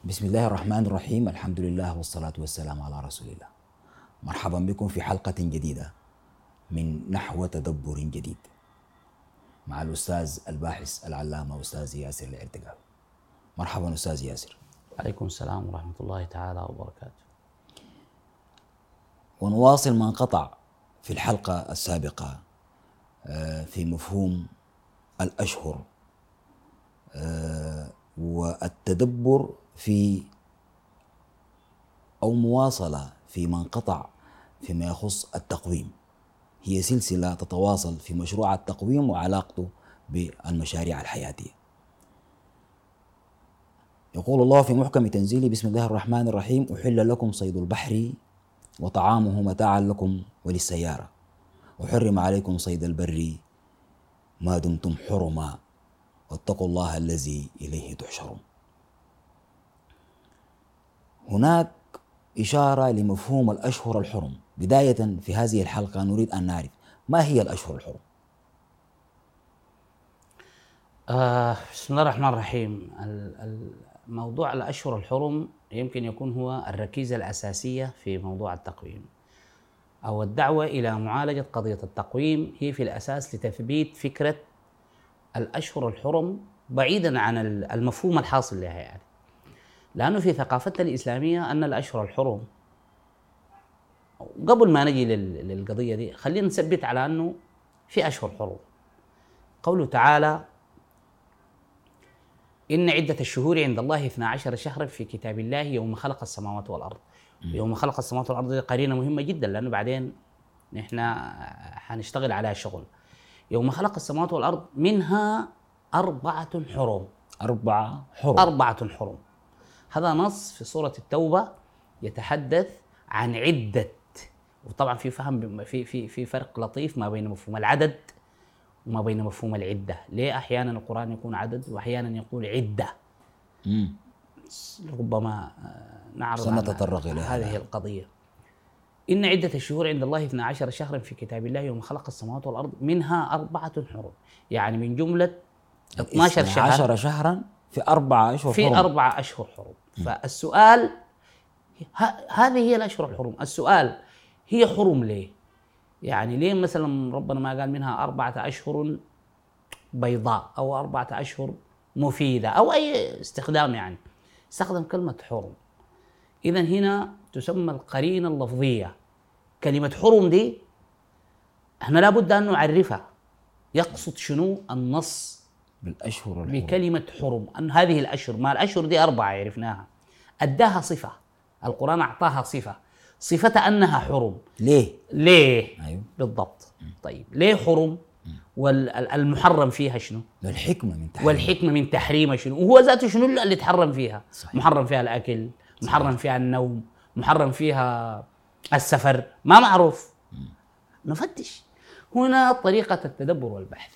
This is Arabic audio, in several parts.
بسم الله الرحمن الرحيم. الحمد لله والصلاة والسلام على رسول الله. مرحبا بكم في حلقة جديدة من نحو تدبر جديد مع الأستاذ الباحث العلامة أستاذ ياسر العرتقال. مرحبا أستاذ ياسر. عليكم السلام ورحمة الله تعالى وبركاته. ونواصل ما انقطع في الحلقة السابقة في مفهوم الأشهر والتدبر في أو مواصلة فيما انقطع فيما يخص التقويم. هي سلسلة تتواصل في مشروع التقويم وعلاقته بالمشاريع الحياتية. يقول الله في محكم تنزيله: بسم الله الرحمن الرحيم: أحل لكم صيد البحر وطعامه متاعا لكم وللسيارة، وحرم عليكم صيد البر ما دمتم حرما، واتقوا الله الذي إليه تحشرون. هناك إشارة لمفهوم الأشهر الحرم. بداية في هذه الحلقة نريد أن نعرف ما هي الأشهر الحرم. بسم الله الرحمن الرحيم. موضوع الأشهر الحرم يمكن يكون هو الركيزة الأساسية في موضوع التقويم، أو الدعوة إلى معالجة قضية التقويم هي في الأساس لتثبيت فكرة الأشهر الحرم بعيدا عن المفهوم الحاصل لها، يعني لأنه في ثقافتنا الإسلامية أن الأشهر الحرم، قبل ما نجي للقضية دي خلينا نثبت على أنه في أشهر حرم. قوله تعالى: إن عدة الشهور عند الله 12 شهرا في كتاب الله يوم خلق السماوات والأرض. يوم خلق السماوات والأرض دي قرينة مهمة جدا، لأنه بعدين نحن حنشتغل على شغل. يوم خلق السماوات والأرض منها 4 حرم. 4 حرم. هذا نص في سورة التوبة يتحدث عن عدة، وطبعا في فهم في فرق لطيف ما بين مفهوم العدد وما بين مفهوم العدة. ليه أحيانا القرآن يكون عدد وأحيانا يقول عدة؟ ربما نعرض سنتطرق إلى هذه القضية. إن عدة الشهور عند الله 12 شهرا في كتاب الله يوم خلق السماوات والأرض منها 4 حرم، يعني من جملة 12 شهرا في 4 أشهر في 4 أشهر حرم. فالسؤال هذه هي الأشهر الحرم. السؤال هي حرم ليه؟ يعني ليه مثلا ربنا ما قال منها 4 أشهر بيضاء أو 4 أشهر مفيدة أو أي استخدام؟ يعني استخدم كلمة حرم. إذن هنا تسمى القرينة اللفظية. كلمة حرم دي احنا لابد أن نعرفها. يقصد شنو النص بالأشهر الحرم بكلمة حرم؟ أن هذه الأشهر، ما الأشهر دي 4 عرفناها، أداها صفة. القرآن أعطاها صفة أنها حرم. ليه؟ أيوه بالضبط. طيب ليه حرم؟ والمحرم فيها شنو؟ والحكمة من تحريمها شنو؟ وهو ذاته شنو اللي تحرم فيها؟ صحيح. محرم فيها الأكل، محرم فيها النوم، محرم فيها السفر، ما معروف. نفتش. هنا طريقة التدبر والبحث.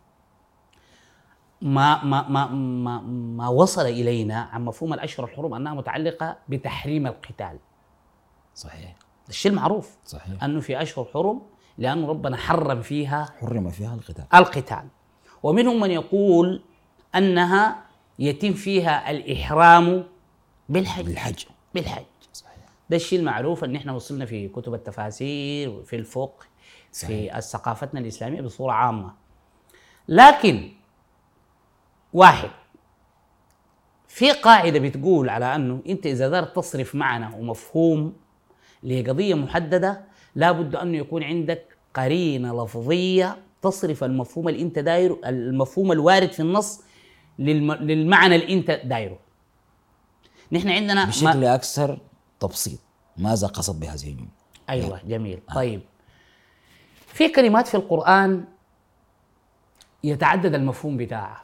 ما وصل إلينا عن مفهوم الأشهر الحرم أنها متعلقة بتحريم القتال. صحيح. الشيء المعروف. صحيح. أنه في أشهر حرم لأن ربنا حرم فيها القتال. ومنهم من يقول أنها يتم فيها الإحرام بالحج. صحيح. ده الشيء المعروف أن احنا وصلنا في كتب التفاسير وفي الفقه. صحيح. في ثقافتنا الإسلامية بصورة عامة. لكن واحد، في قاعدة بتقول على أنه أنت إذا دارت تصرف معنا ومفهوم لقضية محددة لابد أن يكون عندك قرينة لفظية تصرف المفهوم اللي أنت دايره، المفهوم الوارد في النص للمعنى اللي أنت دايره. نحن عندنا بشكل أكثر تبسيط ماذا قصد بهذه الجملة؟ أيوة جميل. طيب في كلمات في القرآن يتعدد المفهوم بتاعها.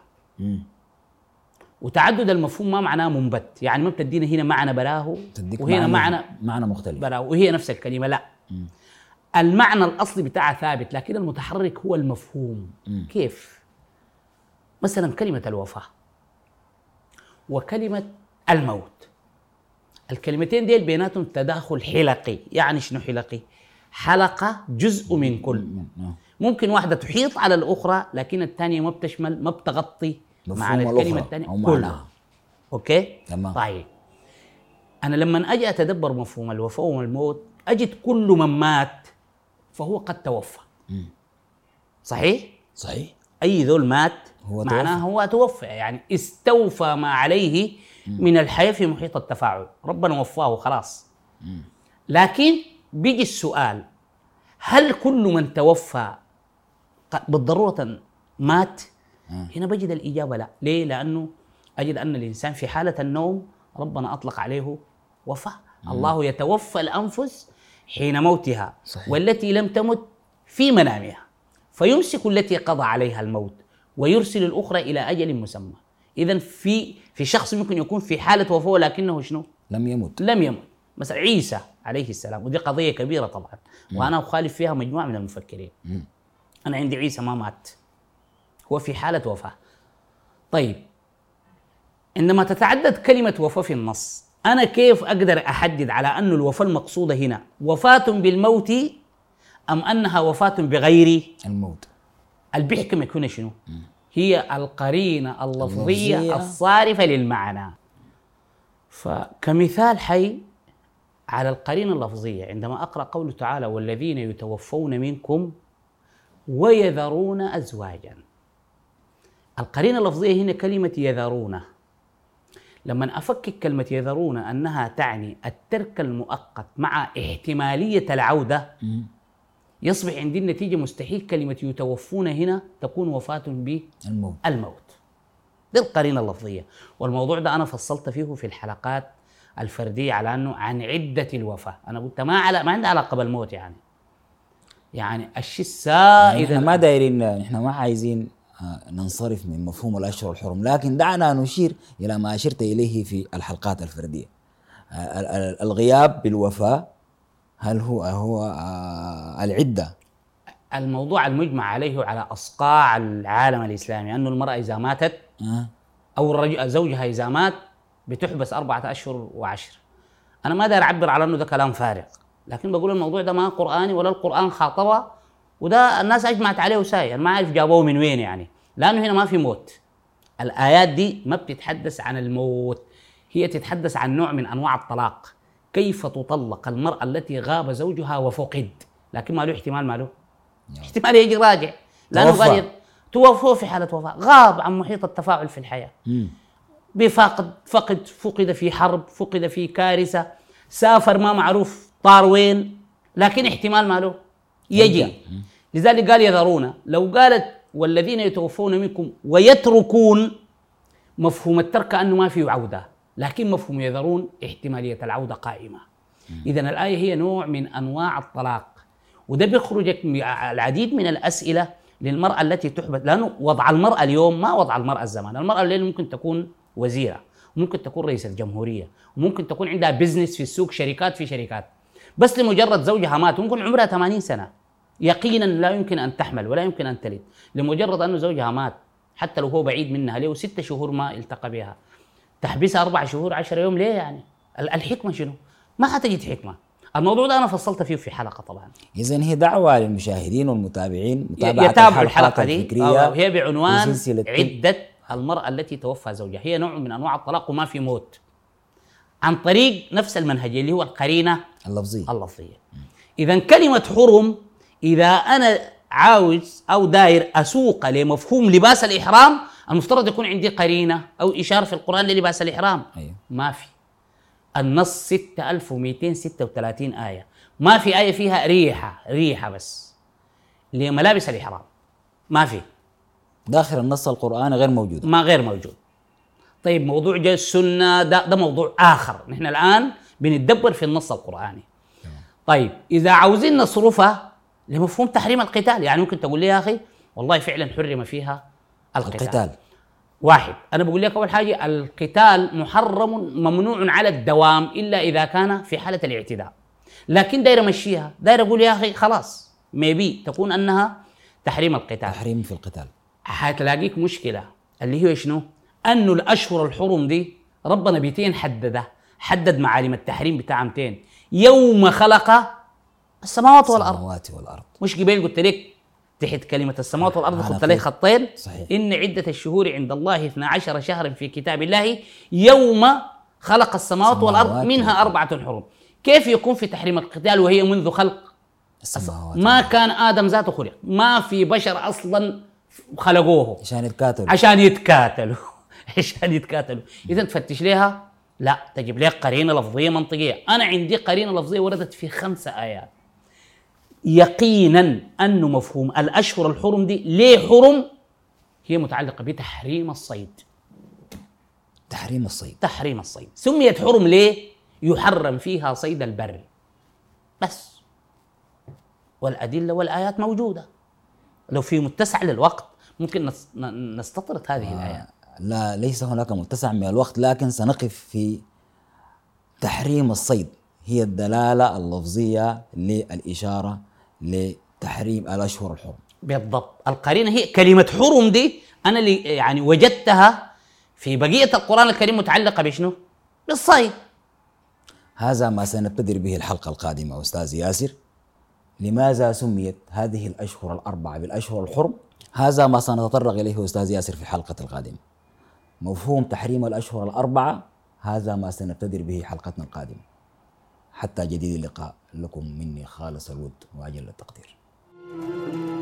وتعدد المفهوم ما معناه منبت، يعني ما بتدينا هنا معنى براه وهنا معنى مختلف براه وهي نفس الكلمة، لا. المعنى الأصلي بتاعها ثابت، لكن المتحرك هو المفهوم. كيف؟ مثلا كلمة الوفاة وكلمة الموت، الكلمتين ديل بيناتهم تداخل حلقي. يعني شنو حلقي؟ حلقة جزء من كل. ممكن واحدة تحيط على الأخرى لكن الثانية ما بتشمل، ما بتغطي معنى الكلمة الثانية كلها. أوكي؟ تمام. طيب أنا لما أجي أتدبر مفهوم الوفاة والموت أجد كل من مات فهو قد توفى. صحيح؟ صحيح. أي ذول مات هو معناه هو توفى، يعني استوفى ما عليه من الحياة في محيط التفاعل، ربنا وفاه خلاص. لكن بيجي السؤال، هل كل من توفى بالضرورة مات؟ هنا بجد الإجابة لا. ليه؟ لأنه أجد أن الإنسان في حالة النوم ربنا أطلق عليه وفاة. الله يتوفى الأنفس حين موتها. صحيح. والتي لم تمت في منامها فيمسك التي قضى عليها الموت ويرسل الأخرى إلى أجل مسمى. إذن في شخص ممكن يكون في حالة وفاة لكنه شنو؟ لم يمت. مثلا عيسى عليه السلام، ودي قضية كبيرة طبعا، وأنا أخالف فيها مجموعة من المفكرين. أنا عندي عيسى ما مات، هو في حالة وفاة. طيب عندما تتعدد كلمة وفاة في النص، أنا كيف أقدر أحدد على أن الوفاة المقصودة هنا وفاة بالموت أم أنها وفاة بغير الموت؟ البحكم يكون شنو؟ هي القرينة اللفظية الصارفة للمعنى. فكمثال حي على القرينة اللفظية، عندما أقرأ قوله تعالى والذين يتوفون منكم ويذرون أزواجا، القرينة اللفظية هنا كلمة يذرون. لما أفكك كلمة يذرون أنها تعني الترك المؤقت مع احتمالية العودة، يصبح عندي النتيجة مستحيل كلمة يتوفون هنا تكون وفاة بالموت. دي القرينة اللفظية، والموضوع ده أنا فصلت فيه في الحلقات الفردية على أنه عن عدة الوفاة. أنا قلت ما عندها علاقة بالموت، يعني الشيء السائد. نحن ما دايرين، نحن ما عايزين ننصرف من مفهوم الأشهر الحرم، لكن دعنا نشير إلى ما أشرت إليه في الحلقات الفردية. الغياب بالوفاة هل هو العدة؟ الموضوع المجمع عليه على أصقاع العالم الإسلامي أنه المرأة إذا ماتت أو زوجها إذا مات بتحبس 4 أشهر و10. أنا ما داير أعبر على أنه ده كلام فارغ، لكن بقول الموضوع ده ما قرآني ولا القرآن خاطبه، وده الناس أجمعت عليه وساي. ما أعرف جابوه من وين، لأنه هنا ما في موت. الآيات دي ما بتتحدث عن الموت، هي تتحدث عن نوع من أنواع الطلاق. كيف تطلق المرأة التي غاب زوجها وفقد، لكن ما له احتمال، ما له احتمال يجي راجع، لأنه قال توفوا في حالة وفاة، غاب عن محيط التفاعل في الحياة فقد في حرب، فقد في كارثة، سافر ما معروف طار وين، لكن احتمال ما له يجي. لذلك قال يذرون. لو قالت والذين يتوفون منكم ويتركون، مفهوم الترك أنه ما فيه عودة، لكن مفهوم يذرون احتمالية العودة قائمة. إذن الآية هي نوع من أنواع الطلاق، وده بيخرجك العديد من الأسئلة للمرأة التي تحبس، لأنه وضع المرأة اليوم ما وضع المرأة الزمان. المرأة الليل ممكن تكون وزيرة، وممكن تكون رئيسة جمهورية، وممكن تكون عندها بزنس في السوق، شركات في شركات، بس لمجرد زوجها مات، ممكن عمرها 80 سنة يقينا لا يمكن أن تحمل ولا يمكن أن تلد، لمجرد أنه زوجها مات حتى لو هو بعيد منها، له 6 شهور ما التقى بها، تحبسها 4 شهور 10 يوم ليه؟ الحكمة شنو؟ ما حتجد حكمة. الموضوع ده أنا فصلت فيه في حلقة طبعا. إذن هي دعوة للمشاهدين والمتابعين يتابعوا الحلقة دي، هي بعنوان عدة المرأة التي توفى زوجها، هي نوع من أنواع الطلاق وما في موت، عن طريق نفس المنهج اللي هو القرينة اللفظية. إذن كلمة حرم، إذا أنا عاوز أو داير أسوق لمفهوم لباس الإحرام، المفترض يكون عندي قرينة أو إشارة في القرآن للباس الإحرام. ما في. النص 6236 آية، ما في آية فيها ريحة بس لملابس الإحرام، ما في داخل النص القرآني، غير موجود. طيب موضوع جاء السنة ده موضوع آخر، نحن الآن بنتدبر في النص القرآني. طيب إذا عاوزين نصرفها لمفهوم تحريم القتال، يعني ممكن تقول لي يا أخي والله فعلا حرم فيها القتال. واحد، أنا بقول لك أول حاجة القتال محرم ممنوع على الدوام إلا إذا كان في حالة الاعتداء، لكن داير أمشيها، داير أقول يا أخي خلاص ميبي تكون أنها تحريم القتال، تحريم في القتال. حتلاقيك مشكلة اللي هو شنو؟ أنه الأشهر الحرم دي ربنا بيتين حدد معالم التحريم بتاع 200 يوم خلق السماوات والأرض. مش قبل قلت لك تحت كلمة السماوات والأرض خدت عليه خطين؟ صحيح. إن عدة الشهور عند الله 12 شهرا في كتاب الله يوم خلق السماوات والأرض منها 4 حرم. كيف يكون في تحريم القتال وهي منذ خلق السماوات؟ ما كان آدم ذاته خلق، ما في بشر أصلا خلقوه عشان يتكاتلوا عشان يتكاتلوا. إذا تفتش لها، لا، تجيب لك قرينة لفظية منطقية. أنا عندي قرينة لفظية وردت في 5 آيات يقينا أنه مفهوم الأشهر الحرم دي ليه حرم، هي متعلقة بتحريم الصيد. تحريم الصيد سميت حرم ليه؟ يحرم فيها صيد البر بس، والأدلة والآيات موجودة. لو في متسع للوقت ممكن نستطرد هذه الآيات. لا، ليس هناك متسع من الوقت، لكن سنقف في تحريم الصيد. هي الدلالة اللفظية للإشارة لتحريم الأشهر الحرم بالضبط. القرينة هي كلمة حرم دي، أنا اللي يعني وجدتها في بقية القرآن الكريم متعلقة بشنو؟ بالصيد. هذا ما سنبتدر به الحلقة القادمة أستاذ ياسر. لماذا سميت هذه الأشهر ال4 بالأشهر الحرم؟ هذا ما سنتطرق إليه أستاذ ياسر في الحلقة القادمة. مفهوم تحريم الأشهر ال4 هذا ما سنبتدر به حلقتنا القادمة. حتى جديد اللقاء، لكم مني خالص الود وأجل التقدير.